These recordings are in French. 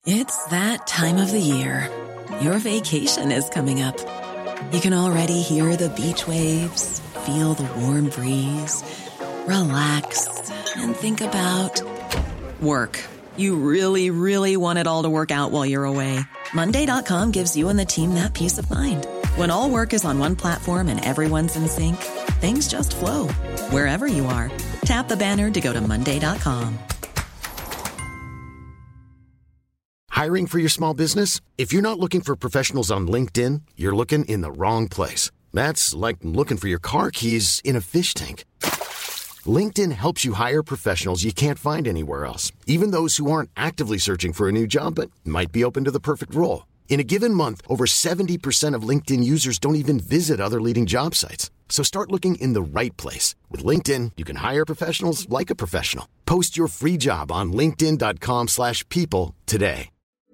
It's that time of the year. Your vacation is coming up. You can already hear the beach waves, feel the warm breeze, relax, and think about work. You really, really want it all to work out while you're away. Monday.com gives you and the team that peace of mind. When all work is on one platform and everyone's in sync, things just flow. Wherever you are, tap the banner to go to Monday.com. Hiring for your small business? If you're not looking for professionals on LinkedIn, you're looking in the wrong place. That's like looking for your car keys in a fish tank. LinkedIn helps you hire professionals you can't find anywhere else, even those who aren't actively searching for a new job but might be open to the perfect role. In a given month, over 70% of LinkedIn users don't even visit other leading job sites. So start looking in the right place. With LinkedIn, you can hire professionals like a professional. Post your free job on linkedin.com/people today.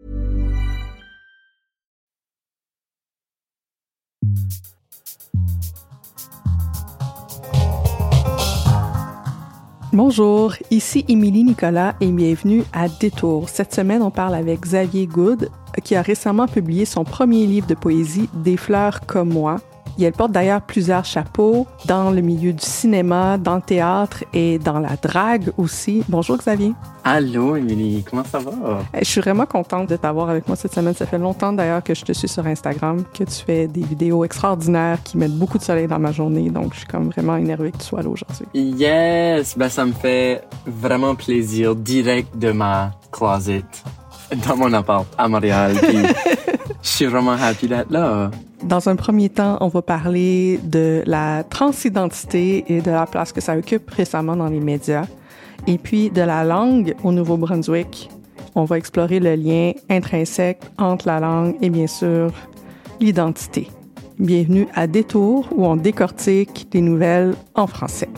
Bonjour, ici Émilie Nicolas et bienvenue à Détour. Cette semaine, on parle avec Xavier Good, qui a récemment publié son premier livre de poésie, Des fleurs comme moi. Elle porte d'ailleurs plusieurs chapeaux dans le milieu du cinéma, dans le théâtre et dans la drague aussi. Bonjour Xavier. Allô Émilie, comment ça va? Je suis vraiment contente de t'avoir avec moi cette semaine. Ça fait longtemps d'ailleurs que je te suis sur Instagram, que tu fais des vidéos extraordinaires qui mettent beaucoup de soleil dans ma journée. Donc je suis comme vraiment énervée que tu sois là aujourd'hui. Yes! Ça me fait vraiment plaisir, direct de ma closet, dans mon appart à Montréal. Puis je suis vraiment happy d'être là. Dans un premier temps, on va parler de la transidentité et de la place que ça occupe récemment dans les médias. Et puis de la langue au Nouveau-Brunswick. On va explorer le lien intrinsèque entre la langue et bien sûr l'identité. Bienvenue à Détour où on décortique les nouvelles en français.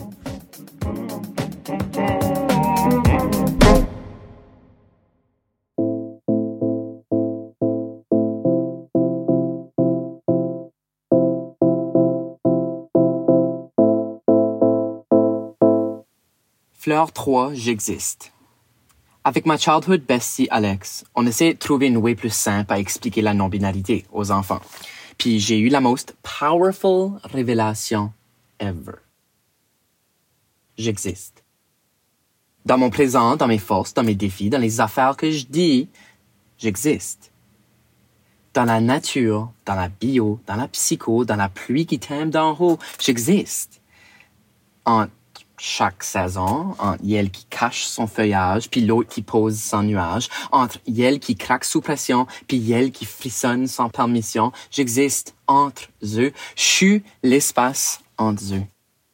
Fleur 3, j'existe. Avec ma childhood bestie Alex, on essaie de trouver une way plus simple à expliquer la non-binarité aux enfants. Puis j'ai eu la most powerful révélation ever. J'existe. Dans mon présent, dans mes forces, dans mes défis, dans les affaires que je dis, j'existe. Dans la nature, dans la bio, dans la psycho, dans la pluie qui tombe d'en haut, j'existe. Entre chaque saison, entre Yel qui cache son feuillage, puis l'autre qui pose son nuage, entre Yel qui craque sous pression, puis Yel qui frissonne sans permission, j'existe entre eux, je suis l'espace entre eux.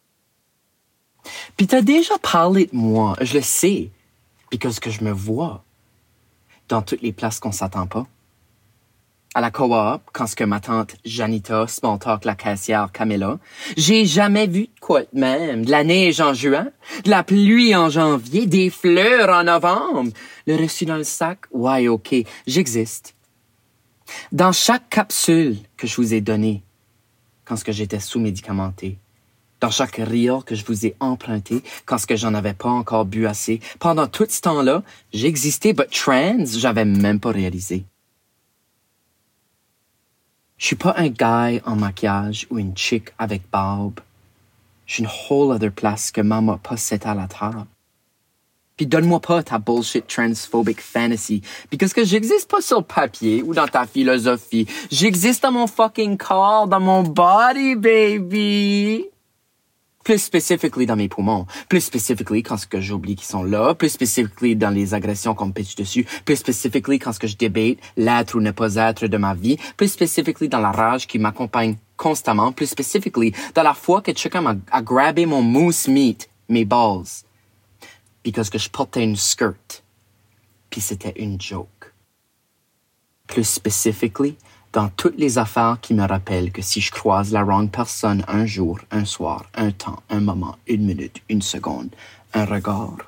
Puis t'as déjà parlé de moi, je le sais, parce que je me vois dans toutes les places qu'on s'attend pas. À la coop, quand ce que ma tante Janita small talk la caissière Camilla, j'ai jamais vu de quoi de même. De la neige en juin, de la pluie en janvier, des fleurs en novembre. Le reçu dans le sac, ouais, ok, j'existe. Dans chaque capsule que je vous ai donnée, quand ce que j'étais sous-médicamenté, dans chaque rire que je vous ai emprunté, quand ce que j'en avais pas encore bu assez, pendant tout ce temps-là, j'existais, but trans, j'avais même pas réalisé. Je suis pas un guy en maquillage ou une chick avec barbe. Je suis une whole other place que maman possède à la table. Puis donne-moi pas ta bullshit transphobic fantasy, parce que j'existe pas sur le papier ou dans ta philosophie. J'existe dans mon fucking corps, dans mon body, baby. Plus specifically dans mes poumons, plus specifically quand ce que j'oublie qu'ils sont là, plus specifically dans les agressions qu'on me pitche dessus, plus specifically quand ce que je débate l'être ou ne pas être de ma vie, plus specifically dans la rage qui m'accompagne constamment, plus specifically dans la fois que quelqu'un m'a grabé mon moose meat, mes balls, parce que je portais une skirt, puis c'était une joke. Plus specifically dans toutes les affaires qui me rappellent que si je croise la wrong personne un jour, un soir, un temps, un moment, une minute, une seconde, un regard,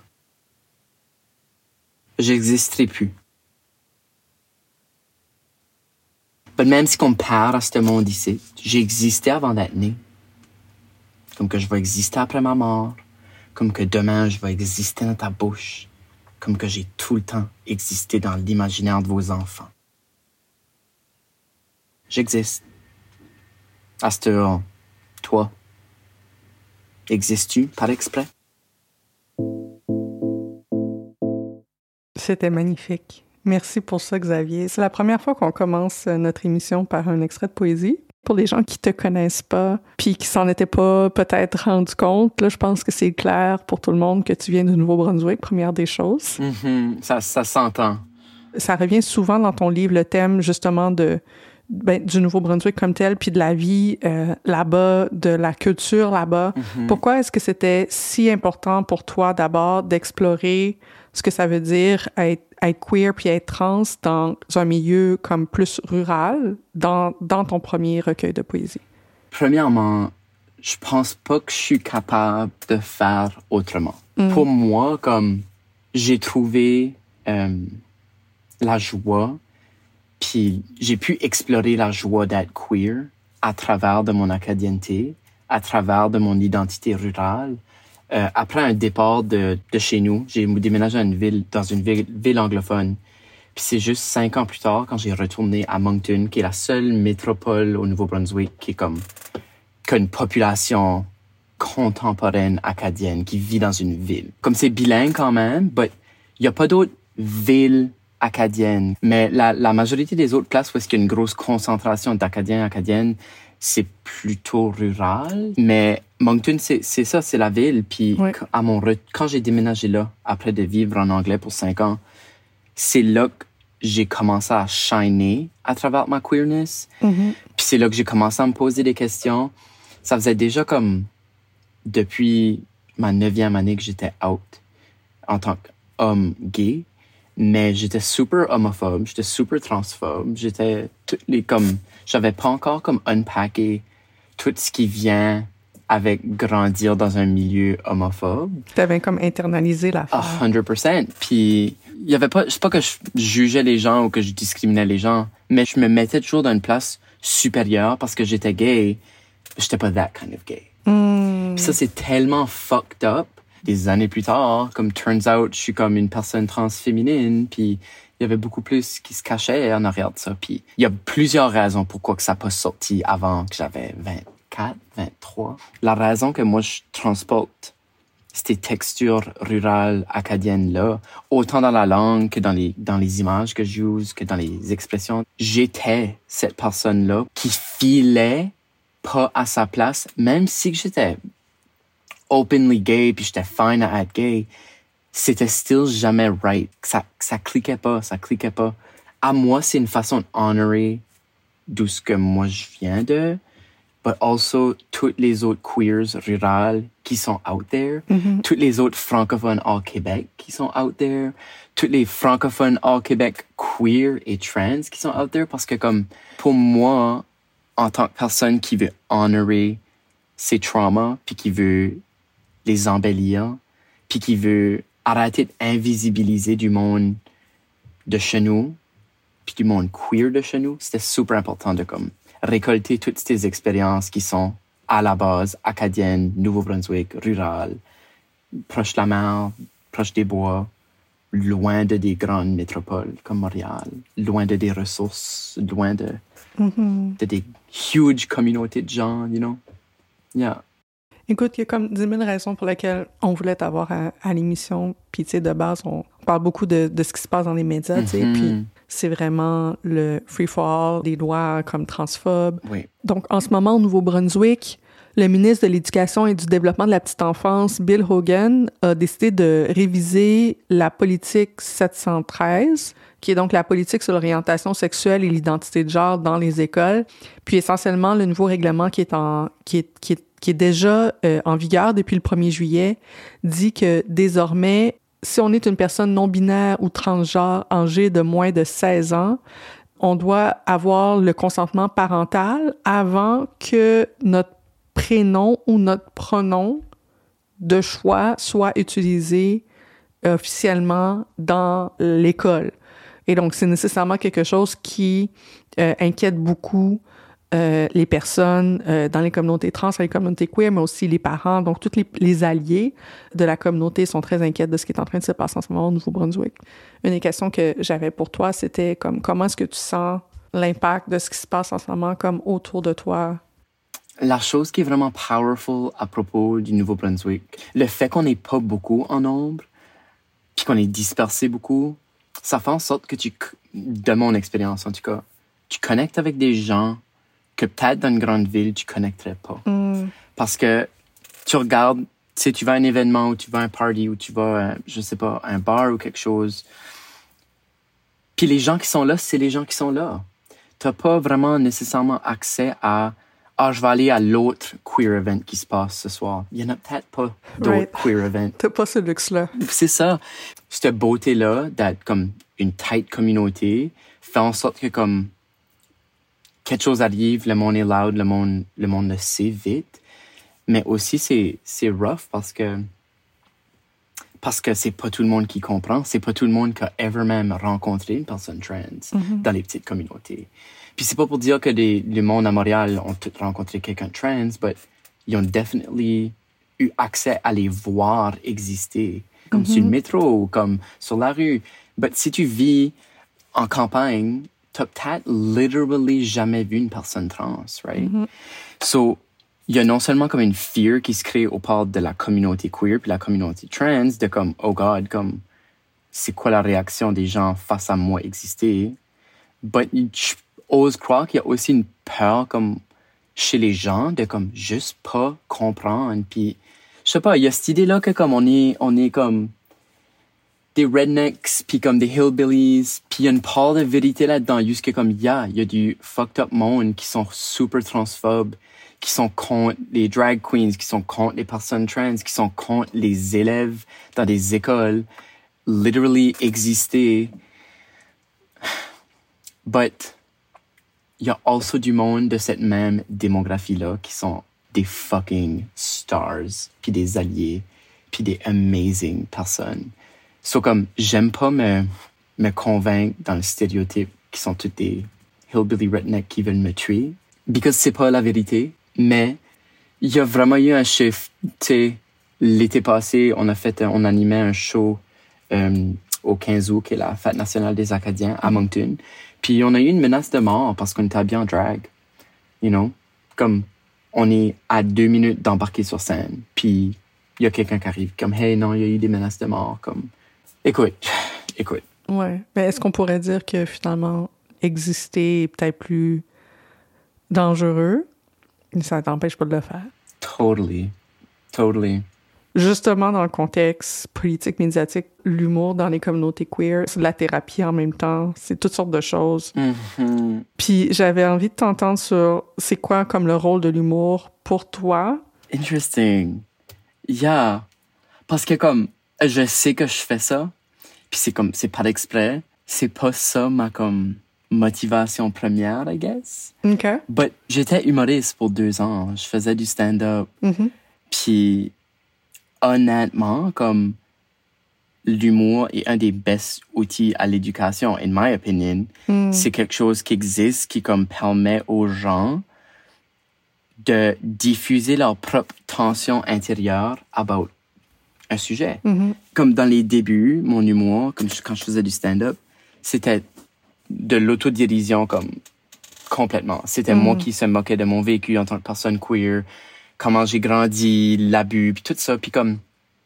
j'existerai plus. Mais même si on part à ce monde ici, j'ai existé avant d'être né. Comme que je vais exister après ma mort, comme que demain je vais exister dans ta bouche, comme que j'ai tout le temps existé dans l'imaginaire de vos enfants. J'existe. À cette heure, toi, existes-tu par exprès? C'était magnifique. Merci pour ça, Xavier. C'est la première fois qu'on commence notre émission par un extrait de poésie. Pour les gens qui te connaissent pas, puis qui s'en étaient pas peut-être rendu compte, là, je pense que c'est clair pour tout le monde que tu viens du Nouveau-Brunswick, première des choses. Ça s'entend. Ça revient souvent dans ton livre, le thème justement du Nouveau-Brunswick comme tel, puis de la vie là-bas, de la culture là-bas. Pourquoi est-ce que c'était si important pour toi d'abord d'explorer ce que ça veut dire être queer puis être trans dans un milieu comme plus rural, dans ton premier recueil de poésie? Premièrement, je pense pas que je suis capable de faire autrement. Pour moi, comme j'ai trouvé la joie, puis j'ai pu explorer la joie d'être queer à travers de mon acadienneté, à travers de mon identité rurale. Après un départ de chez nous, j'ai déménagé dans une ville anglophone. Puis c'est juste 5 ans plus tard, quand j'ai retourné à Moncton, qui est la seule métropole au Nouveau-Brunswick qui a une population contemporaine acadienne qui vit dans une ville. Comme c'est bilingue quand même, mais il y a pas d'autres villes acadiennes. Mais la majorité des autres places où est-ce qu'il y a une grosse concentration d'Acadiens et Acadiennes, c'est plutôt rural. Mais Moncton, c'est ça, c'est la ville. Puis quand j'ai déménagé là, après de vivre en anglais pour 5 ans, c'est là que j'ai commencé à shiner à travers ma queerness. Puis c'est là que j'ai commencé à me poser des questions. Ça faisait déjà comme depuis ma 9e année que j'étais out en tant qu'homme gay. Mais j'étais super homophobe, j'étais super transphobe, j'avais pas encore comme unpacké tout ce qui vient avec grandir dans un milieu homophobe. T'avais comme internalisé l'affaire. 100%. Puis il y avait pas, c'est pas que je jugeais les gens ou que je discriminais les gens, mais je me mettais toujours dans une place supérieure parce que j'étais gay. J'étais pas that kind of gay. Puis ça, c'est tellement fucked up. Des années plus tard, comme turns out, je suis comme une personne transféminine, puis il y avait beaucoup plus qui se cachait en arrière de ça. Puis il y a plusieurs raisons pourquoi que ça n'a pas sorti avant que j'avais 24, 23. La raison que moi je transporte ces textures rurales acadiennes-là, autant dans la langue que dans les images que j'use, que dans les expressions, j'étais cette personne-là qui filait pas à sa place, même si j'étais openly gay, puis j'étais fine à être gay, c'était still jamais right. Ça cliquait pas. À moi, c'est une façon d'honorer d'où ce que moi je viens de, but also toutes les autres queers rurales qui sont out there, toutes les autres francophones hors Québec qui sont out there, toutes les francophones hors Québec queer et trans qui sont out there, parce que comme, pour moi, en tant que personne qui veut honorer ses traumas, puis qui veut les embellir, puis qui veut arrêter d'invisibiliser du monde de chez nous, puis du monde queer de chez nous, c'était super important de comme récolter toutes ces expériences qui sont à la base acadiennes, Nouveau-Brunswick, rurales, proche de la mer, proche des bois, loin de des grandes métropoles comme Montréal, loin de des ressources, loin de des huge communautés de gens, you know? Yeah. Écoute, il y a comme 10 000 raisons pour lesquelles on voulait t'avoir à l'émission. Puis, tu sais, de base, on parle beaucoup de ce qui se passe dans les médias, tu sais. Puis, c'est vraiment le free-for-all, des lois comme transphobes. Oui. Donc, en ce moment, au Nouveau-Brunswick, le ministre de l'Éducation et du Développement de la petite enfance, Bill Hogan, a décidé de réviser la politique 713, qui est donc la politique sur l'orientation sexuelle et l'identité de genre dans les écoles. Puis, essentiellement, le nouveau règlement qui est déjà en vigueur depuis le 1er juillet, dit que désormais, si on est une personne non-binaire ou transgenre âgée de moins de 16 ans, on doit avoir le consentement parental avant que notre prénom ou notre pronom de choix soit utilisé officiellement dans l'école. Et donc, c'est nécessairement quelque chose qui inquiète beaucoup les personnes dans les communautés trans, les communautés queer, mais aussi les parents. Donc, tous les alliés de la communauté sont très inquiets de ce qui est en train de se passer en ce moment au Nouveau-Brunswick. Une des questions que j'avais pour toi, c'était comme comment est-ce que tu sens l'impact de ce qui se passe en ce moment comme autour de toi? La chose qui est vraiment powerful à propos du Nouveau-Brunswick, le fait qu'on n'est pas beaucoup en nombre, puis qu'on est dispersé beaucoup, ça fait en sorte que de mon expérience en tout cas, tu connectes avec des gens que peut-être dans une grande ville, tu connecterais pas. Parce que tu regardes, tu sais, tu vas à un événement ou tu vas à un party ou tu vas, je sais pas, à un bar ou quelque chose. Puis les gens qui sont là, c'est les gens qui sont là. T'as pas vraiment nécessairement accès à je vais aller à l'autre queer event qui se passe ce soir. Il y en a peut-être pas d'autres queer events. T'as pas ce luxe-là. C'est ça. Cette beauté-là d'être comme une tight communauté fait en sorte que comme quelque chose arrive, le monde est loud, le monde le sait vite. Mais aussi, c'est rough parce que c'est pas tout le monde qui comprend. C'est pas tout le monde qui a ever même rencontré une personne trans dans les petites communautés. Puis c'est pas pour dire que le monde à Montréal ont tous rencontré quelqu'un de trans, mais ils ont definitely eu accès à les voir exister, comme sur le métro ou comme sur la rue. Mais si tu vis en campagne, t'as peut-être literally jamais vu une personne trans, right? So, il y a non seulement comme une fear qui se crée au part de la communauté queer puis la communauté trans, de comme, oh God, comme, c'est quoi la réaction des gens face à moi exister? But j'ose croire qu'il y a aussi une peur, comme, chez les gens, de comme, juste pas comprendre. Puis, je sais pas, il y a cette idée-là que comme, on est comme, des rednecks, puis comme des hillbillies, puis il y a une part de vérité là-dedans, juste que comme, il y a du fucked up monde qui sont super transphobes, qui sont contre les drag queens, qui sont contre les personnes trans, qui sont contre les élèves dans des écoles, literally exister. But, il y a also du monde de cette même démographie-là qui sont des fucking stars, puis des alliés, puis des amazing personnes. So comme, j'aime pas me convaincre dans le stéréotype qui sont tous des hillbilly rednecks qui veulent me tuer, because c'est pas la vérité. Mais il y a vraiment eu un shift. Tu sais, l'été passé, on animait un show au 15 août, qui est la fête nationale des Acadiens à Moncton. Puis on a eu une menace de mort parce qu'on était habillés en drag. You know? Comme, on est à 2 minutes d'embarquer sur scène. Puis il y a quelqu'un qui arrive comme, hey, non, il y a eu des menaces de mort. Comme, écoute. Ouais. Mais est-ce qu'on pourrait dire que finalement, exister est peut-être plus dangereux? Ça t'empêche pas de le faire. Totally. Justement, dans le contexte politique, médiatique, l'humour dans les communautés queer, c'est de la thérapie en même temps, c'est toutes sortes de choses. Puis j'avais envie de t'entendre sur c'est quoi comme le rôle de l'humour pour toi? Interesting. Yeah. Parce que comme, je sais que je fais ça, puis c'est pas d'exprès, c'est pas ça ma comme motivation première, I guess. OK. But j'étais humoriste pour 2 ans. Je faisais du stand-up. Puis, honnêtement, comme, l'humour est un des best outils à l'éducation, in my opinion. C'est quelque chose qui existe, qui, comme, permet aux gens de diffuser leur propre tension intérieure about un sujet. Comme dans les débuts, mon humour, quand je faisais du stand-up, c'était de l'autodérision comme complètement. C'était moi qui se moquais de mon vécu en tant que personne queer, comment j'ai grandi, l'abus, puis tout ça. Puis comme,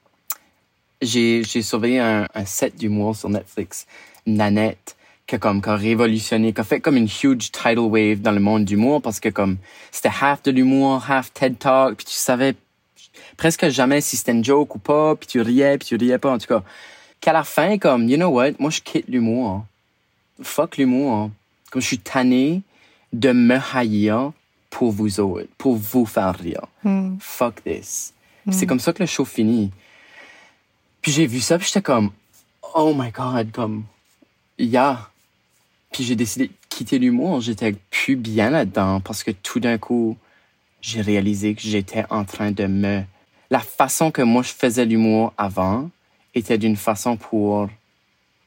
j'ai surveillé un set d'humour sur Netflix, Nanette, qui a révolutionné, qui a fait comme une huge tidal wave dans le monde d'humour parce que comme, c'était half de l'humour, half TED Talk, puis tu savais presque jamais si c'était une joke ou pas, puis tu riais pas, en tout cas. Qu'à la fin, comme, you know what, moi je quitte l'humour. Fuck l'humour. Comme je suis tanné de me haïr pour vous autres, pour vous faire rire. Fuck this. C'est comme ça que le show finit. Puis j'ai vu ça, puis j'étais comme, oh my God, comme, yeah. Puis j'ai décidé de quitter l'humour. J'étais plus bien là-dedans parce que tout d'un coup, j'ai réalisé que j'étais en train de La façon que moi je faisais l'humour avant était d'une façon pour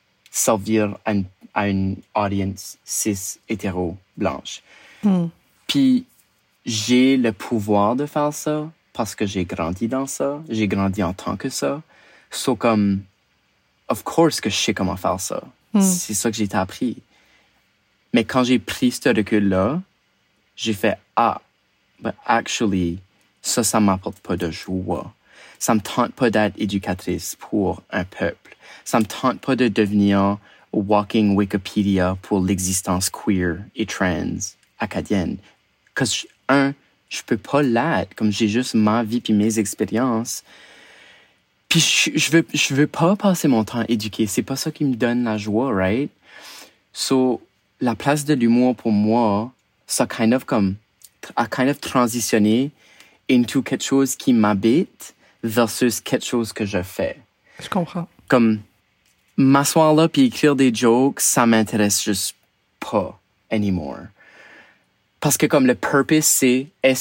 servir à une audience cis, hétéro, blanche. Puis Puis j'ai le pouvoir de faire ça parce que j'ai grandi dans ça. J'ai grandi en tant que ça. So comme, of course que je sais comment faire ça. C'est ça que j'ai été appris. Mais quand j'ai pris ce recul-là, j'ai fait, but actually, ça m'apporte pas de joie. Ça me tente pas d'être éducatrice pour un peuple. Ça me tente pas de devenir walking Wikipédia pour l'existence queer et trans acadienne. Parce que, je peux pas l'être. Comme j'ai juste ma vie puis mes expériences. Puis je veux pas passer mon temps à éduquer. C'est pas ça qui me donne la joie, right? So, la place de l'humour pour moi, ça a kind of transitionné into quelque chose qui m'habite versus quelque chose que je fais. Je comprends. Comme, m'asseoir là puis écrire des jokes, ça m'intéresse juste pas anymore. Parce que comme le purpose, c'est, est-ce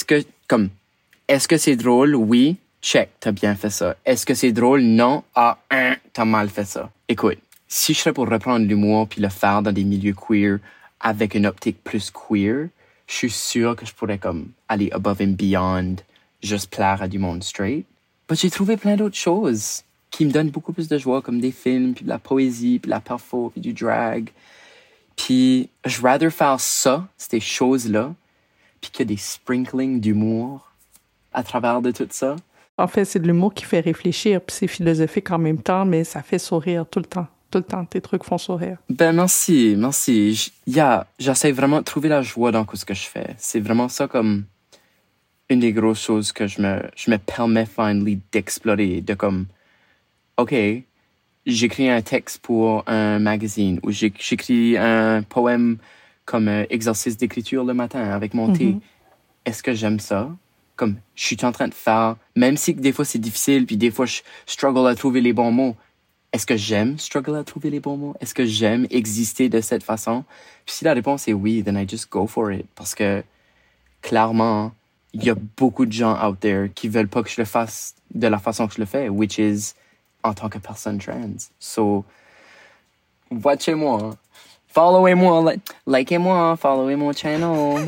que c'est drôle? Oui, check, t'as bien fait ça. Est-ce que c'est drôle? Non, t'as mal fait ça. Écoute, si je serais pour reprendre l'humour puis le faire dans des milieux queer avec une optique plus queer, je suis sûr que je pourrais comme aller above and beyond, juste plaire à du monde straight. Mais j'ai trouvé plein d'autres choses qui me donnent beaucoup plus de joie, comme des films, puis de la poésie, puis de la perfo, puis du drag. Puis je rather faire ça, ces choses-là, puis que des sprinklings d'humour à travers de tout ça. En fait, c'est de l'humour qui fait réfléchir, puis c'est philosophique en même temps, mais ça fait sourire tout le temps. Tout le temps, tes trucs font sourire. Ben merci. J'essaie vraiment de trouver la joie dans ce que je fais. C'est vraiment ça comme une des grosses choses que je me permets finally d'explorer, de comme, OK, j'écris un texte pour un magazine ou j'écris un poème comme exercice d'écriture le matin avec mon thé. Est-ce que j'aime ça? Comme, je suis en train de faire, même si des fois c'est difficile, puis des fois je struggle à trouver les bons mots. Est-ce que j'aime struggle à trouver les bons mots? Est-ce que j'aime exister de cette façon? Puis si la réponse est oui, then I just go for it. Parce que, clairement, il y a beaucoup de gens out there qui veulent pas que je le fasse de la façon que je le fais, which is en tant que personne trans. So, watchez-moi. Followez-moi. Likez-moi. Followez mon channel.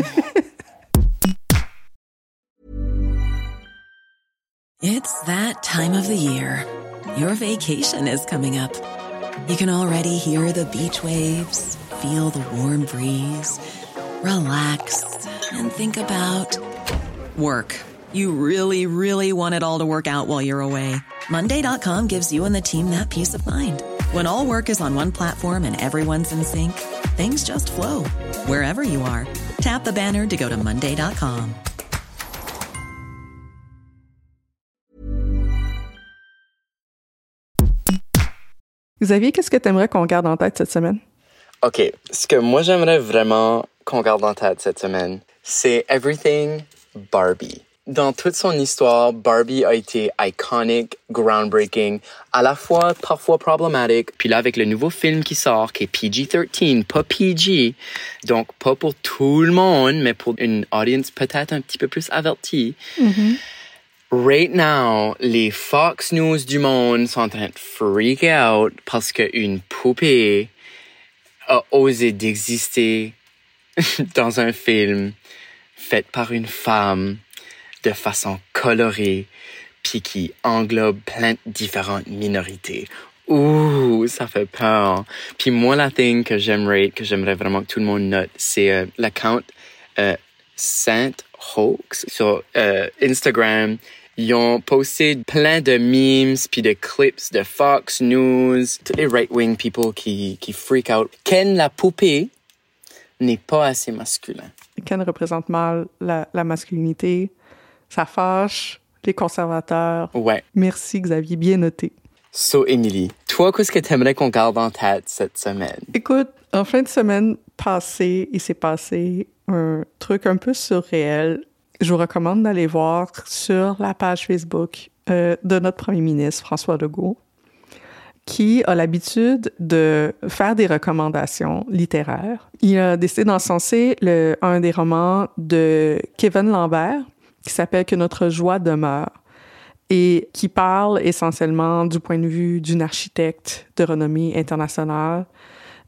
It's that time of the year. Your vacation is coming up. You can already hear the beach waves, feel the warm breeze, relax, and think about work. You really, really want it all to work out while you're away. Monday.com gives you and the team that peace of mind. When all work is on one platform and everyone's in sync, things just flow. Wherever you are, tap the banner to go to Monday.com. Xavier, qu'est-ce que tu aimerais qu'on garde en tête cette semaine? OK. Ce que moi, j'aimerais vraiment qu'on garde en tête cette semaine, c'est Everything Barbie. Dans toute son histoire, Barbie a été iconic, groundbreaking, à la fois parfois problématique. Puis là, avec le nouveau film qui sort, qui est PG-13, pas PG, donc pas pour tout le monde, mais pour une audience peut-être un petit peu plus avertie. Right now, les Fox News du monde sont en train de freak out parce qu'une poupée a osé d'exister dans un film fait par une femme de façon colorée puis qui englobe plein de différentes minorités. Ouh, ça fait peur. Puis moi, la thing que j'aimerais vraiment que tout le monde note, c'est l'account Saint Hoax sur Instagram. Ils ont posté plein de memes puis de clips de Fox News, tous les right-wing people qui freak out. Ken la poupée n'est pas assez masculin. Ken représente mal la masculinité. Ça fâche les conservateurs. Ouais. Merci Xavier, bien noté. So, Émilie, toi, qu'est-ce que t'aimerais qu'on garde en tête cette semaine? Écoute, en fin de semaine passée, il s'est passé un truc un peu surréel. Je vous recommande d'aller voir sur la page Facebook de notre premier ministre, François Legault, qui a l'habitude de faire des recommandations littéraires. Il a décidé d'encenser un des romans de Kevin Lambert, qui s'appelle « Que notre joie demeure », et qui parle essentiellement du point de vue d'une architecte de renommée internationale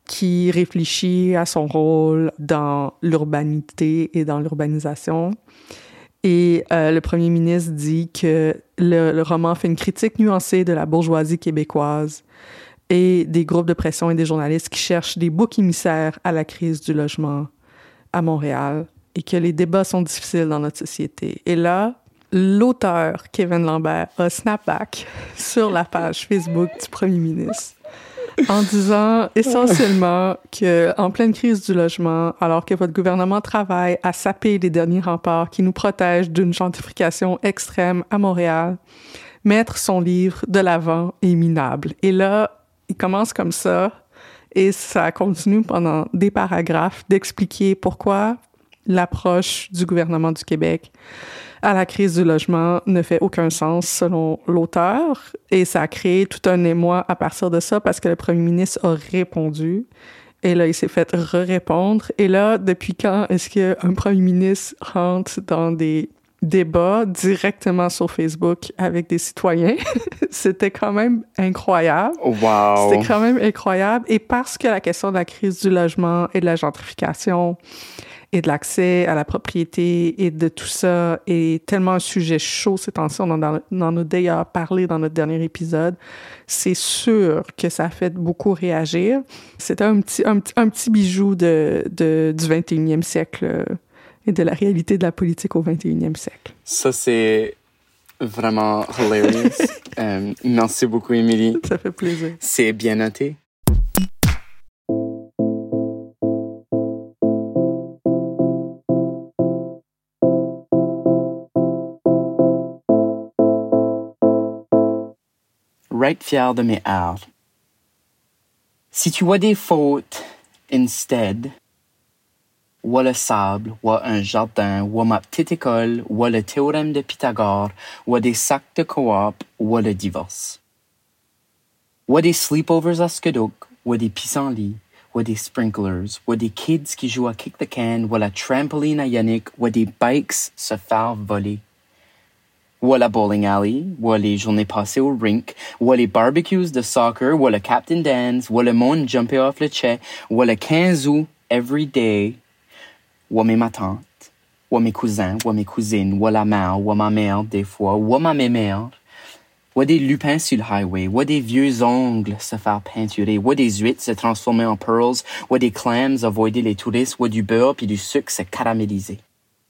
qui réfléchit à son rôle dans l'urbanité et dans l'urbanisation. Et le premier ministre dit que le roman fait une critique nuancée de la bourgeoisie québécoise et des groupes de pression et des journalistes qui cherchent des boucs émissaires à la crise du logement à Montréal et que les débats sont difficiles dans notre société. Et là, l'auteur Kevin Lambert a snapback sur la page Facebook du premier ministre en disant essentiellement que en pleine crise du logement, alors que votre gouvernement travaille à saper les derniers remparts qui nous protègent d'une gentrification extrême à Montréal, mettre son livre de l'avant est minable. Et là, il commence comme ça et ça continue pendant des paragraphes d'expliquer pourquoi l'approche du gouvernement du Québec à la crise du logement ne fait aucun sens selon l'auteur. Et ça a créé tout un émoi à partir de ça parce que le premier ministre a répondu. Et là, il s'est fait re-répondre. Et là, depuis quand est-ce qu'un premier ministre rentre dans des débats directement sur Facebook avec des citoyens? C'était quand même incroyable. Wow! C'était quand même incroyable. Et parce que la question de la crise du logement et de la gentrification et de l'accès à la propriété et de tout ça est tellement un sujet chaud ces temps-ci. On en a d'ailleurs parlé dans notre dernier épisode. C'est sûr que ça a fait beaucoup réagir. C'était un petit bijou du 21e siècle et de la réalité de la politique au 21e siècle. Ça, c'est vraiment hilarious. Merci beaucoup, Émilie. Ça fait plaisir. C'est bien noté. Right fier de mes arts. Si tu vois des fautes instead, ou le sable, ou un jardin, ou ma petite école, ou le théorème de Pythagore, ou des sacs de coop, ou le divorce. Ou des sleepovers à Skeduk, ou des pissenlits, ou des sprinklers, ou des kids qui jouent à kick the can, ou la trampoline à Yannick, ou des bikes se faire voler. Ou la bowling alley, ou les journées passées au rink, ou les barbecues de soccer, ou le Captain Dance, ou le monde jumper off le chai, ou le 15 août every day, ou ma tante, ou mes cousins, ou mes cousines, ou la mère, ou ma mère des fois, ou ma mère, ou des lupins sur le highway, ou des vieux ongles se faire peinturer, ou des huîtres se transformer en pearls, ou des clams avoider les touristes, ou du beurre puis du sucre se caraméliser.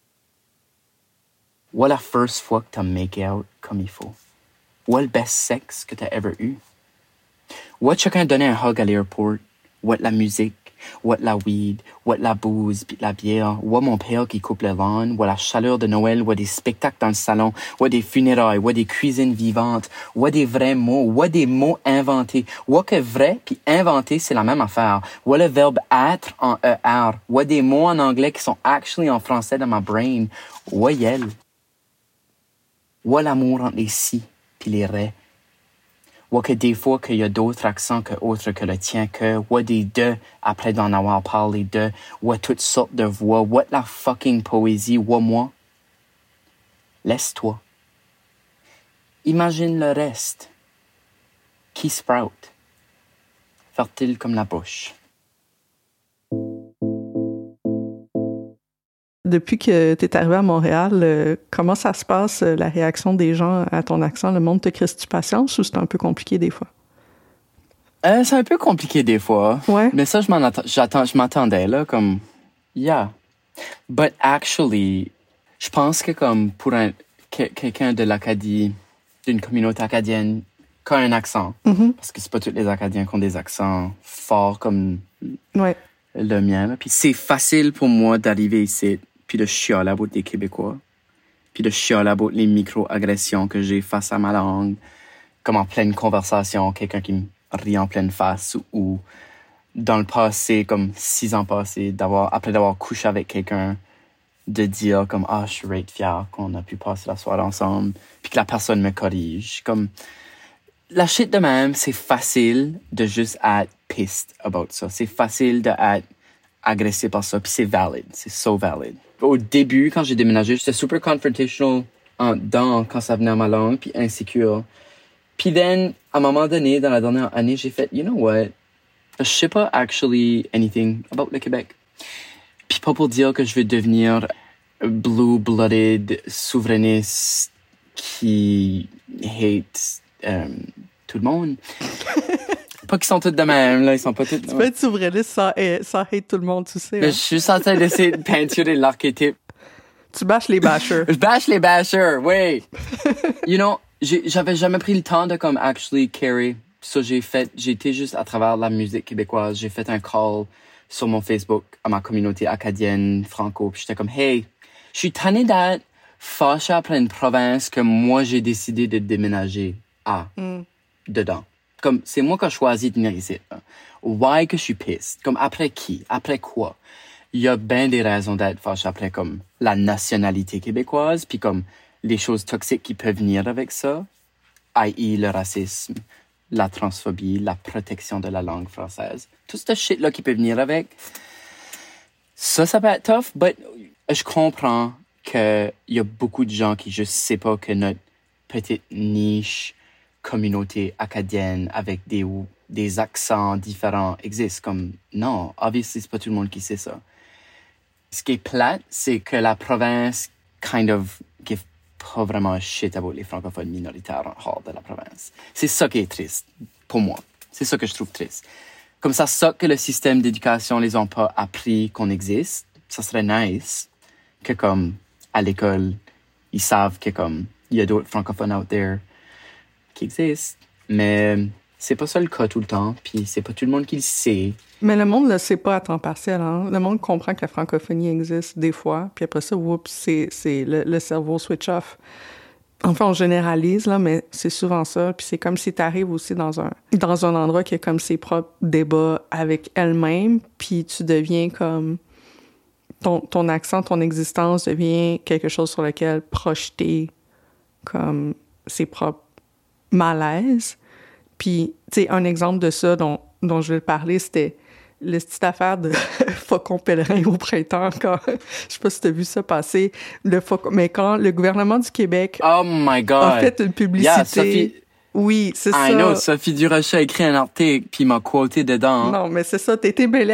Ou la first fois que t'as make out comme il faut. Ou le best sexe que t'as ever eu. Ou chacun donner un hug à l'aéroport. Ou la musique. Ou la weed. Ou la bouse pis la bière. Ou mon père qui coupe le lawn. Ou la chaleur de Noël. Ou des spectacles dans le salon. Ou des funérailles. Ou des cuisines vivantes. Ou des vrais mots. Ou des mots inventés. Ou que vrai pis inventé c'est la même affaire. Ou le verbe être en ER. Ou des mots en anglais qui sont actually en français dans ma brain. Ou yel. Ou l'amour entre les si puis les ré. Ou que des fois qu'il y a d'autres accents que autres que le tien que. Ou des deux après d'en avoir parlé de. Ou toutes sortes de voix. Ou la fucking poésie. Ou moi. Laisse-toi. Imagine le reste. Qui sprout. Fertile comme la bouche. Depuis que tu es arrivé à Montréal, comment ça se passe, la réaction des gens à ton accent? Le monde te crée-tu patience ou c'est un peu compliqué des fois? C'est un peu compliqué des fois. Ouais. Mais ça, je m'attendais, là, comme, yeah. But actually, je pense que comme pour quelqu'un de l'Acadie, d'une communauté acadienne, qui a un accent, parce que c'est pas tous les Acadiens qui ont des accents forts comme le mien, là. Puis c'est facile pour moi d'arriver ici, puis de chialer à bout des Québécois, puis de chialer à bout les micro-agressions que j'ai face à ma langue, comme en pleine conversation, quelqu'un qui me rit en pleine face, ou dans le passé, comme 6 ans passés, après d'avoir couché avec quelqu'un, de dire comme « Ah, je suis rate fier qu'on a pu passer la soirée ensemble », puis que la personne me corrige. Comme, la shit de même, c'est facile de juste être pissed about ça. C'est facile d'être agressé par ça, puis c'est valid. C'est so valid. Au début, quand j'ai déménagé, j'étais super confrontational quand ça venait à ma langue, puis insécure. Puis then, à un moment donné, dans la dernière année, j'ai fait « You know what? Je sais pas actually anything about le Québec. Puis pas pour dire que je veux devenir blue-blooded souverainiste qui hate tout le monde. Pas qu'ils sont tous de même, là. Ils sont pas tous... Tu peux être souverainiste sans hate tout le monde, tu sais. Mais Hein? je suis en train d'essayer de peinturer l'archétype. Tu bâches les bashers. Je bâche les bashers, oui. You know, j'avais jamais pris le temps de comme actually carry. Ça, j'ai été juste à travers la musique québécoise. J'ai fait un call sur mon Facebook à ma communauté acadienne, franco. Puis j'étais comme, hey, je suis tanné d'être fâché après une province que moi, j'ai décidé de déménager dedans. Comme, c'est moi qui ai choisi de venir ici. Là. Why que je suis pissed? Comme, après qui? Après quoi? Il y a bien des raisons d'être fâché après, comme, la nationalité québécoise, puis comme, les choses toxiques qui peuvent venir avec ça, i.e. le racisme, la transphobie, la protection de la langue française. Tout ce shit-là qui peut venir avec. Ça peut être tough, but je comprends qu'il y a beaucoup de gens qui juste savent pas que notre petite niche communauté acadienne avec des accents différents existe. Comme, non, obviously, c'est pas tout le monde qui sait ça. Ce qui est plate, c'est que la province kind of give pas vraiment un shit about les francophones minoritaires hors de la province. C'est ça qui est triste, pour moi. C'est ça que je trouve triste. Comme ça que le système d'éducation les ont pas appris qu'on existe. Ça serait nice que comme, à l'école, ils savent que comme, il y a d'autres francophones out there qui existent. Mais c'est pas ça le cas tout le temps, puis c'est pas tout le monde qui le sait. Mais le monde ne le sait pas à temps partiel. Hein? Le monde comprend que la francophonie existe des fois, puis après ça, oups, c'est le cerveau switch off. Enfin, on généralise, là, mais c'est souvent ça. Puis c'est comme si tu arrives aussi dans un endroit qui a comme ses propres débats avec elle-même, puis tu deviens comme... Ton accent, ton existence devient quelque chose sur lequel projeter comme ses propres malaises. Puis, tu sais, un exemple de ça dont je vais parler, c'était la petite affaire de Faucon pèlerin au printemps. Quand, je sais pas si tu as vu ça passer, mais quand le gouvernement du Québec oh my God. a fait une publicité... Yeah, Sophie... Oui, c'est ça. I know, Sophie Durocher a écrit un article, puis m'a quoté dedans. Non, mais c'est ça, t'as été mêlé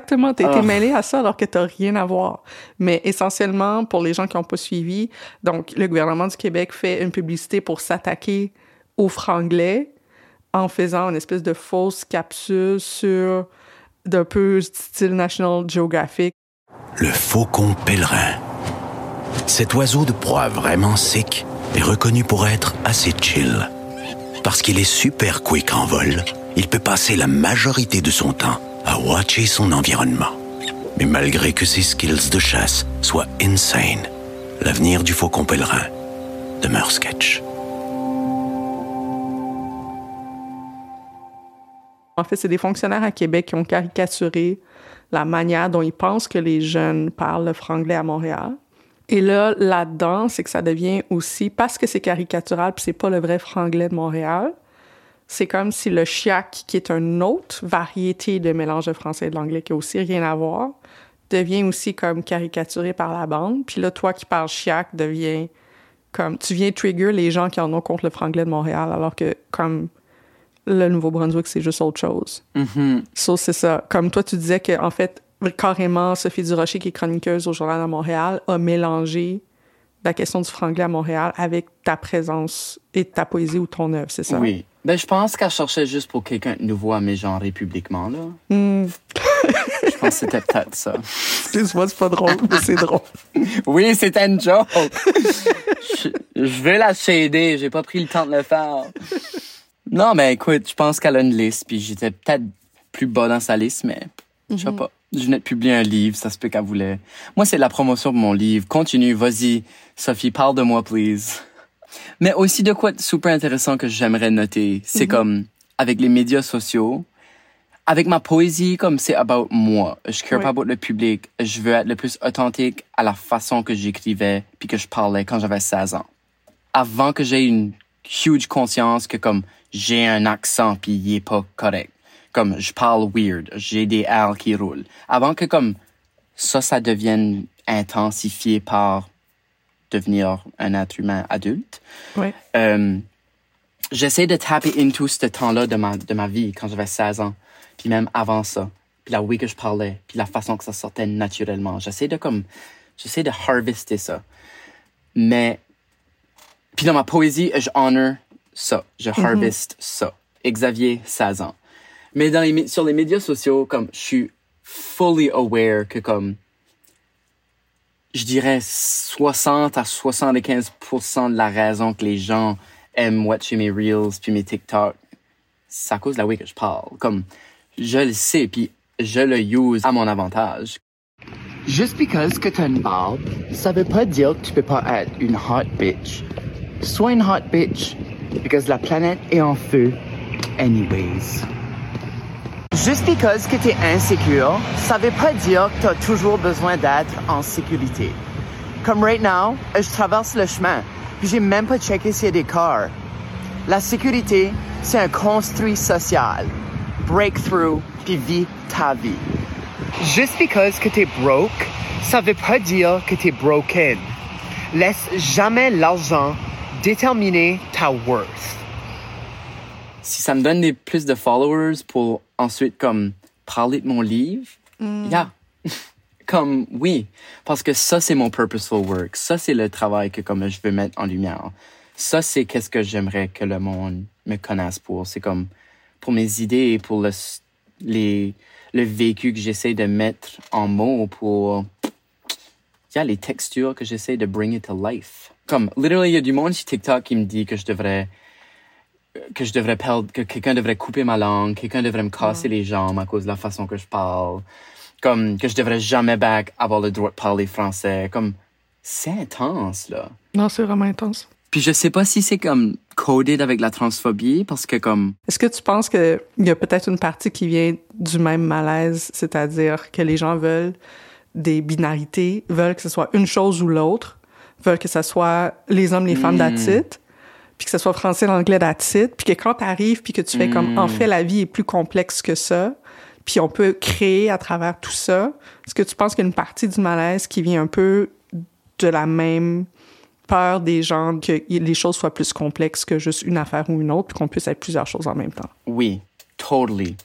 à ça alors que t'as rien à voir. Mais essentiellement, pour les gens qui n'ont pas suivi, donc le gouvernement du Québec fait une publicité pour s'attaquer aux Franglais en faisant une espèce de fausse capsule sur d'un peu style National Geographic. Le faucon pèlerin. Cet oiseau de proie vraiment sick est reconnu pour être assez chill. Parce qu'il est super quick en vol, il peut passer la majorité de son temps à watcher son environnement. Mais malgré que ses skills de chasse soient insane, l'avenir du faucon pèlerin demeure sketch. En fait, c'est des fonctionnaires à Québec qui ont caricaturé la manière dont ils pensent que les jeunes parlent le franglais à Montréal. Et là-dedans, c'est que ça devient aussi, parce que c'est caricatural puis c'est pas le vrai franglais de Montréal, c'est comme si le chiac, qui est une autre variété de mélange de français et de l'anglais qui a aussi rien à voir, devient aussi comme caricaturé par la bande. Puis là, toi qui parles chiac, devient comme... Tu viens trigger les gens qui en ont contre le franglais de Montréal, alors que comme le Nouveau-Brunswick, c'est juste autre chose. Mm-hmm. So, c'est ça. Comme toi, tu disais qu'en fait, carrément, Sophie Durocher, qui est chroniqueuse au Journal de Montréal, a mélangé la question du franglais à Montréal avec ta présence et ta poésie ou ton œuvre, c'est ça? Oui. Ben, je pense qu'elle cherchait juste pour quelqu'un de nouveau à mégenrer publiquement, là. Je pense que c'était peut-être ça. Excuse-moi, c'est pas drôle, mais c'est drôle. Oui, c'était une joke. je vais la shader, j'ai pas pris le temps de le faire. Non, mais écoute, je pense qu'elle a une liste, puis j'étais peut-être plus bas dans sa liste, mais je sais pas. Je venais de publier un livre, ça se peut qu'elle voulait. Moi, c'est la promotion de mon livre. Continue, vas-y. Sophie, parle de moi, please. Mais aussi de quoi de super intéressant que j'aimerais noter, c'est comme, avec les médias sociaux, avec ma poésie, comme c'est about moi. Je care pas about le public. Je veux être le plus authentique à la façon que j'écrivais puis que je parlais quand j'avais 16 ans. Avant que j'aie une huge conscience que comme, j'ai un accent puis il est pas correct. Comme, je parle weird, j'ai des R qui roulent. Avant que, comme, ça devienne intensifié par devenir un être humain adulte. Ouais. J'essaie de taper into ce temps-là de ma vie, quand j'avais 16 ans. puis même avant ça, puis la way que je parlais, puis la façon que ça sortait naturellement. J'essaie de harvester ça. Mais, puis dans ma poésie, je honor ça, je harvest ça. Xavier, 16 ans. Mais sur les médias sociaux, comme, je suis fully aware que comme, je dirais 60 à 75% de la raison que les gens aiment watcher mes Reels puis mes TikTok, c'est à cause de la way que je parle. Comme, je le sais puis je le use à mon avantage. Juste because que t'as une barbe, ça veut pas dire que tu peux pas être une hot bitch. Sois une hot bitch, because la planète est en feu, anyways. Juste because que t'es insécure, ça veut pas dire que t'as toujours besoin d'être en sécurité. Comme right now, je traverse le chemin, puis j'ai même pas checké s'il y a des cars. La sécurité, c'est un construit social. Breakthrough, puis vis ta vie. Juste because que t'es broke, ça veut pas dire que t'es broken. Laisse jamais l'argent déterminer ta worth. Si ça me donne plus de followers pour ensuite comme parler de mon livre, yeah. Comme oui, parce que ça c'est mon purposeful work, ça c'est le travail que comme je veux mettre en lumière. Ça c'est qu'est-ce que j'aimerais que le monde me connaisse pour, c'est comme pour mes idées et pour le vécu que j'essaie de mettre en mots pour les textures que j'essaie de bring it to life. Comme literally il y a du monde sur TikTok qui me dit que je devrais perdre, que quelqu'un devrait couper ma langue, quelqu'un devrait me casser les jambes à cause de la façon que je parle, comme que je devrais jamais avoir le droit de parler français, comme c'est intense là. Non, c'est vraiment intense. Puis je sais pas si c'est comme coded avec la transphobie parce que comme... Est-ce que tu penses qu'il y a peut-être une partie qui vient du même malaise, c'est-à-dire que les gens veulent des binarités, veulent que ce soit une chose ou l'autre, veulent que ce soit les hommes, les femmes that's it, puis que ce soit français, l'anglais that's it, puis que quand t'arrives puis que tu fais comme en fait la vie est plus complexe que ça, puis on peut créer à travers tout ça, est-ce que tu penses qu'il y a une partie du malaise qui vient un peu de la même peur des gens que les choses soient plus complexes que juste une affaire ou une autre, puis qu'on puisse être plusieurs choses en même temps? Oui, totally.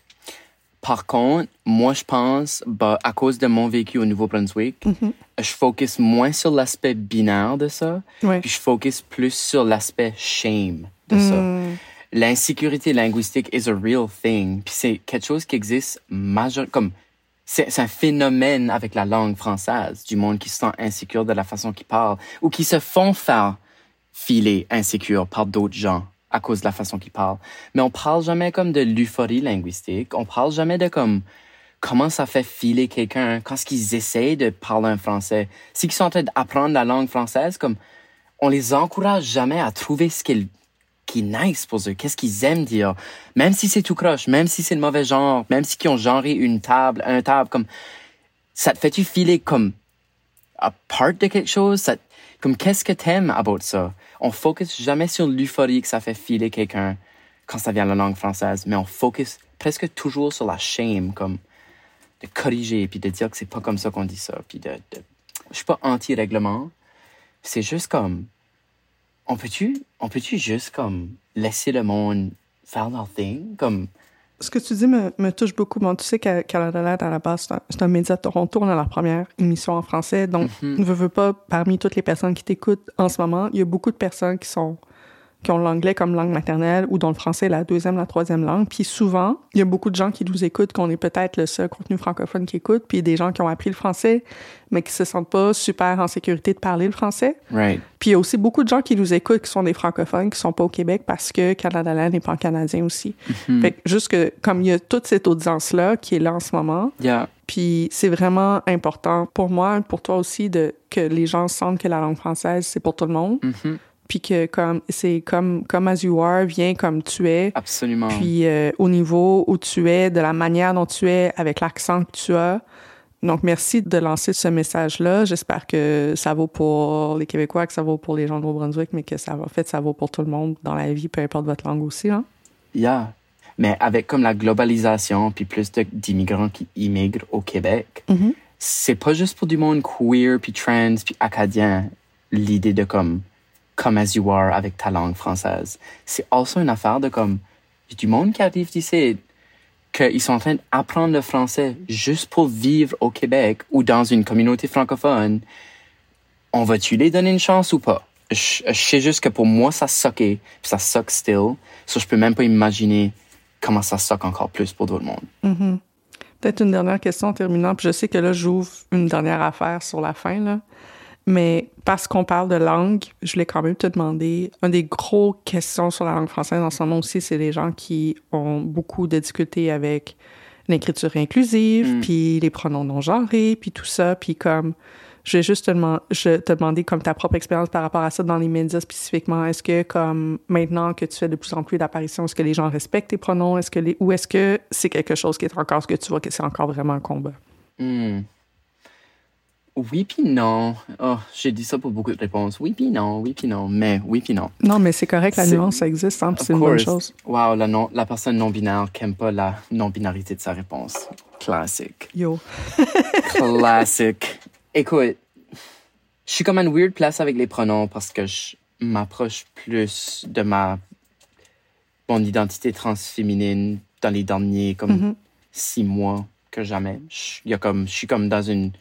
Par contre, moi, je pense, à cause de mon vécu au Nouveau-Brunswick, je focus moins sur l'aspect binaire de ça, puis je focus plus sur l'aspect shame de ça. L'insécurité linguistique is a real thing, puis c'est quelque chose qui existe comme c'est un phénomène avec la langue française, du monde qui se sent insécure de la façon qu'ils parlent, ou qui se font faire filer insécure par d'autres gens à cause de la façon qu'ils parlent. Mais on parle jamais comme de l'euphorie linguistique. On parle jamais de comme comment ça fait filer quelqu'un quand ils essayent de parler un français. Si ils sont en train d'apprendre la langue française, comme on les encourage jamais à trouver ce qui est nice pour eux, qu'est-ce qu'ils aiment dire, même si c'est tout croche, même si c'est le mauvais genre, même si ils ont genré un table, comme ça te fait-tu filer comme a part de quelque chose, comme qu'est-ce que t'aimes about ça? On focus jamais sur l'euphorie que ça fait filer quelqu'un quand ça vient de la langue française, mais on focus presque toujours sur la shame, comme de corriger puis de dire que c'est pas comme ça qu'on dit ça, puis je suis pas anti-règlement, c'est juste comme on peut-tu juste comme laisser le monde faire leur thing, comme ce que tu dis me touche beaucoup. Bon, tu sais qu'à Canada, à la base, c'est un média de Toronto. On a leur première émission en français. Donc, ne veux pas, parmi toutes les personnes qui t'écoutent en ce moment, il y a beaucoup de personnes qui ont l'anglais comme langue maternelle ou dont le français est la deuxième, la troisième langue. Puis souvent, il y a beaucoup de gens qui nous écoutent, qu'on est peut-être le seul contenu francophone qui écoute, puis des gens qui ont appris le français, mais qui se sentent pas super en sécurité de parler le français. Right. Puis il y a aussi beaucoup de gens qui nous écoutent qui sont des francophones, qui sont pas au Québec parce que Canada Land n'est pas canadien aussi. Fait que juste que, comme il y a toute cette audience-là qui est là en ce moment, puis c'est vraiment important pour moi, pour toi aussi, que les gens sentent que la langue française, c'est pour tout le monde. Puis que c'est comme as you are, viens comme tu es. Absolument. Puis au niveau où tu es, de la manière dont tu es, avec l'accent que tu as. Donc, merci de lancer ce message-là. J'espère que ça vaut pour les Québécois, que ça vaut pour les gens de Nouveau-Brunswick, mais que ça vaut pour tout le monde dans la vie, peu importe votre langue aussi, hein? Yeah. Mais avec comme la globalisation, puis plus d'immigrants qui immigrent au Québec, c'est pas juste pour du monde queer, puis trans, puis acadien, l'idée de come as you are avec ta langue française. C'est aussi une affaire de comme, du monde qui arrive d'ici, qu'ils sont en train d'apprendre le français juste pour vivre au Québec ou dans une communauté francophone, on va-tu les donner une chance ou pas? Je sais juste que pour moi, ça suckait, puis ça suck still. So, je peux même pas imaginer comment ça suck encore plus pour d'autres mondes. Mm-hmm. Peut-être une dernière question en terminant, puis je sais que là, j'ouvre une dernière affaire sur la fin, là. Mais parce qu'on parle de langue, je voulais quand même te demander, une des grosses questions sur la langue française en ce moment aussi, c'est les gens qui ont beaucoup de difficultés avec l'écriture inclusive, puis les pronoms non-genrés, puis tout ça, puis comme... Je vais juste te demander comme ta propre expérience par rapport à ça dans les médias spécifiquement. Est-ce que comme maintenant que tu fais de plus en plus d'apparitions, est-ce que les gens respectent tes pronoms? Ou est-ce que c'est quelque chose qui est encore ce que tu vois que c'est encore vraiment un combat? Oui puis non. Oh, j'ai dit ça pour beaucoup de réponses. Oui puis non, mais oui puis non. Non, mais c'est correct, la nuance, ça existe, hein, puis c'est une bonne chose. Wow, la personne non-binaire qui n'aime pas la non-binarité de sa réponse. Classique. Yo. Classique. Écoute, je suis comme à une weird place avec les pronoms parce que je m'approche plus de mon identité transféminine dans les derniers comme 6 mois que jamais. Je suis comme dans une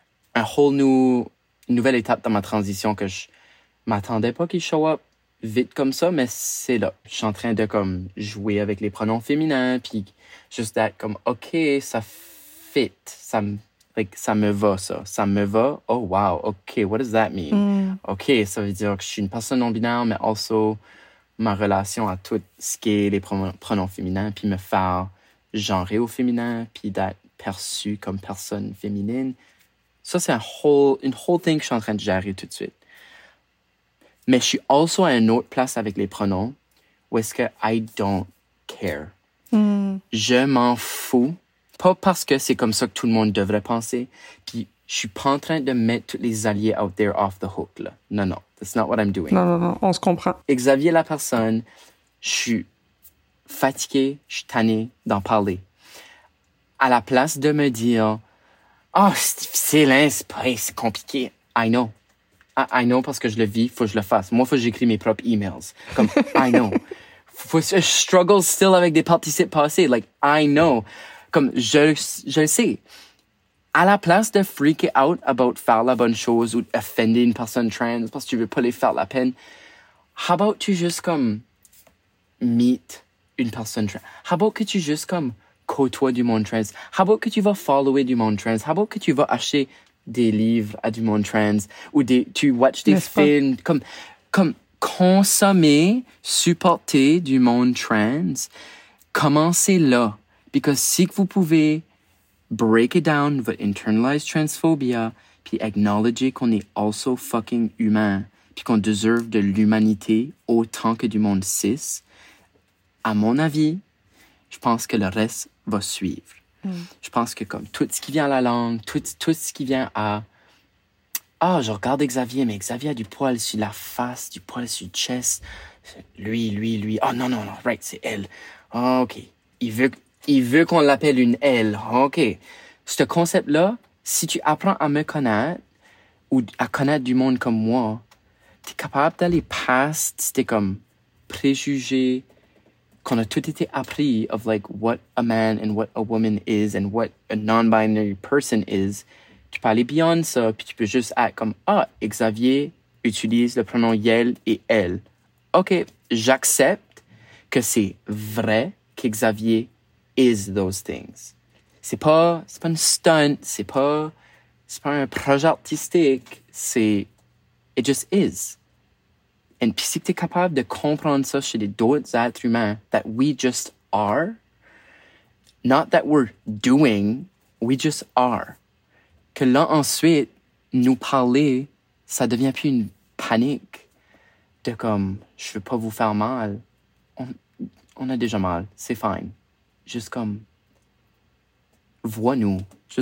nouvelle étape dans ma transition que je m'attendais pas qu'il show up vite comme ça, mais c'est là. Je suis en train de comme jouer avec les pronoms féminins puis juste d'être comme OK, ça fit, ça me va, ça. Ça me va. Oh, wow. OK, what does that mean? OK, ça veut dire que je suis une personne non-binaire, mais also ma relation à tout ce qui est les pronoms féminins, puis me faire genrer au féminin, puis d'être perçue comme personne féminine. Ça, c'est une whole thing que je suis en train de gérer tout de suite. Mais je suis also à une autre place avec les pronoms où est-ce que I don't care. Je m'en fous. Pas parce que c'est comme ça que tout le monde devrait penser. Puis, je suis pas en train de mettre tous les alliés out there off the hook, là. Non. That's not what I'm doing. Non, on se comprend. Xavier, la personne, je suis fatigué, je suis tanné d'en parler. À la place de me dire, c'est difficile, hein, c'est compliqué. I know. I know parce que je le vis, faut que je le fasse. Moi, faut que j'écris mes propres emails. Comme, I know. Je struggle still avec des participes passés. Like, I know. Comme, je le sais. À la place de freaker out about faire la bonne chose ou offender une personne trans parce que tu veux pas les faire la peine, how about tu juste comme meet une personne trans? How about que tu juste comme côtoies du monde trans? How about que tu vas follower du monde trans? How about que tu vas acheter des livres à du monde trans ou tu watches des films comme consommer, supporter du monde trans? Commencez là. Because si vous pouvez break it down, votre internalized transphobia, puis acknowledger qu'on est also fucking humain, puis qu'on deserve de l'humanité autant que du monde cis, à mon avis, je pense que le reste va suivre. Je pense que comme tout ce qui vient à la langue, tout ce qui vient à... je regarde Xavier, mais Xavier a du poil sur la face, du poil sur le chest. Lui. Oh non, right, c'est elle. Oh, OK. Il veut qu'on l'appelle une elle. OK. Ce concept-là, si tu apprends à me connaître ou à connaître du monde comme moi, t'es capable d'aller past c'était comme préjugés qu'on a tout été appris of like what a man and what a woman is and what a non-binary person is. Tu peux aller beyond ça, puis tu peux juste être comme Xavier utilise le pronom yel et elle. OK, j'accepte que c'est vrai qu'Xavier is those things. C'est pas une stunt, c'est pas un projet artistique, it just is. Et puis si t'es capable de comprendre ça chez d'autres êtres humains, that we just are, not that we're doing, we just are. Que là ensuite, nous parler, ça devient plus une panique de comme, je veux pas vous faire mal. On a déjà mal, c'est fine. Juste comme, vois-nous.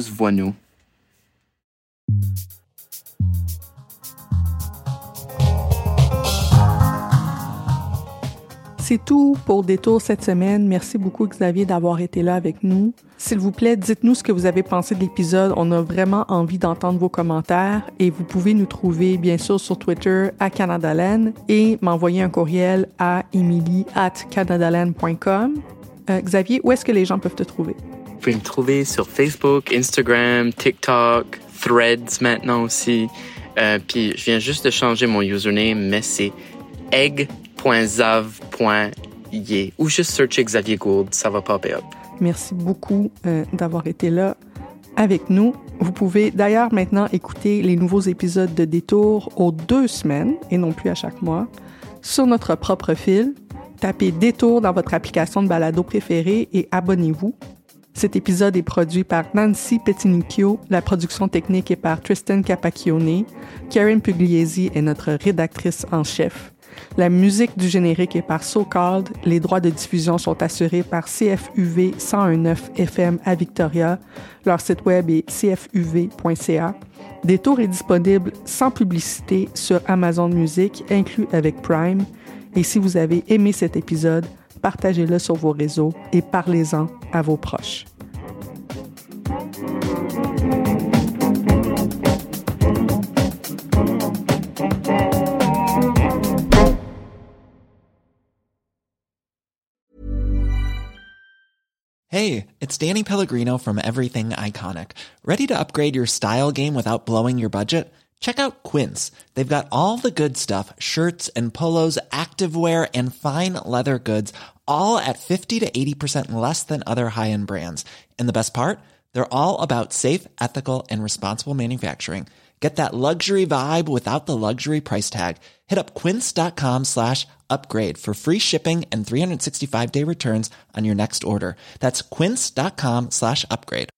C'est tout pour Détour cette semaine. Merci beaucoup, Xavier, d'avoir été là avec nous. S'il vous plaît, dites-nous ce que vous avez pensé de l'épisode. On a vraiment envie d'entendre vos commentaires et vous pouvez nous trouver, bien sûr, sur Twitter @canadalaine et m'envoyer un courriel à emily@canadalaine.com. Xavier, où est-ce que les gens peuvent te trouver? Vous pouvez me trouver sur Facebook, Instagram, TikTok, Threads maintenant aussi. Puis je viens juste de changer mon username, mais c'est egg.zav.ye ou juste searcher Xavier Gould, ça va popper up. Merci beaucoup d'avoir été là avec nous. Vous pouvez d'ailleurs maintenant écouter les nouveaux épisodes de Détour aux 2 semaines et non plus à chaque mois sur notre propre fil. Tapez Détour dans votre application de balado préférée et abonnez-vous. Cet épisode est produit par Nancy Petinicchio, la production technique est par Tristan Capacchione, Karen Pugliese est notre rédactrice en chef. La musique du générique est par So Called, les droits de diffusion sont assurés par CFUV 101.9 FM à Victoria, leur site web est cfuv.ca. Détour est disponible sans publicité sur Amazon Music, inclus avec Prime. Et si vous avez aimé cet épisode, partagez-le sur vos réseaux et parlez-en à vos proches. Hey, it's Danny Pellegrino from Everything Iconic. Ready to upgrade your style game without blowing your budget? Check out Quince. They've got all the good stuff, shirts and polos, activewear, and fine leather goods, all at 50 to 80% less than other high-end brands. And the best part? They're all about safe, ethical, and responsible manufacturing. Get that luxury vibe without the luxury price tag. Hit up quince.com/upgrade for free shipping and 365-day returns on your next order. That's quince.com/upgrade.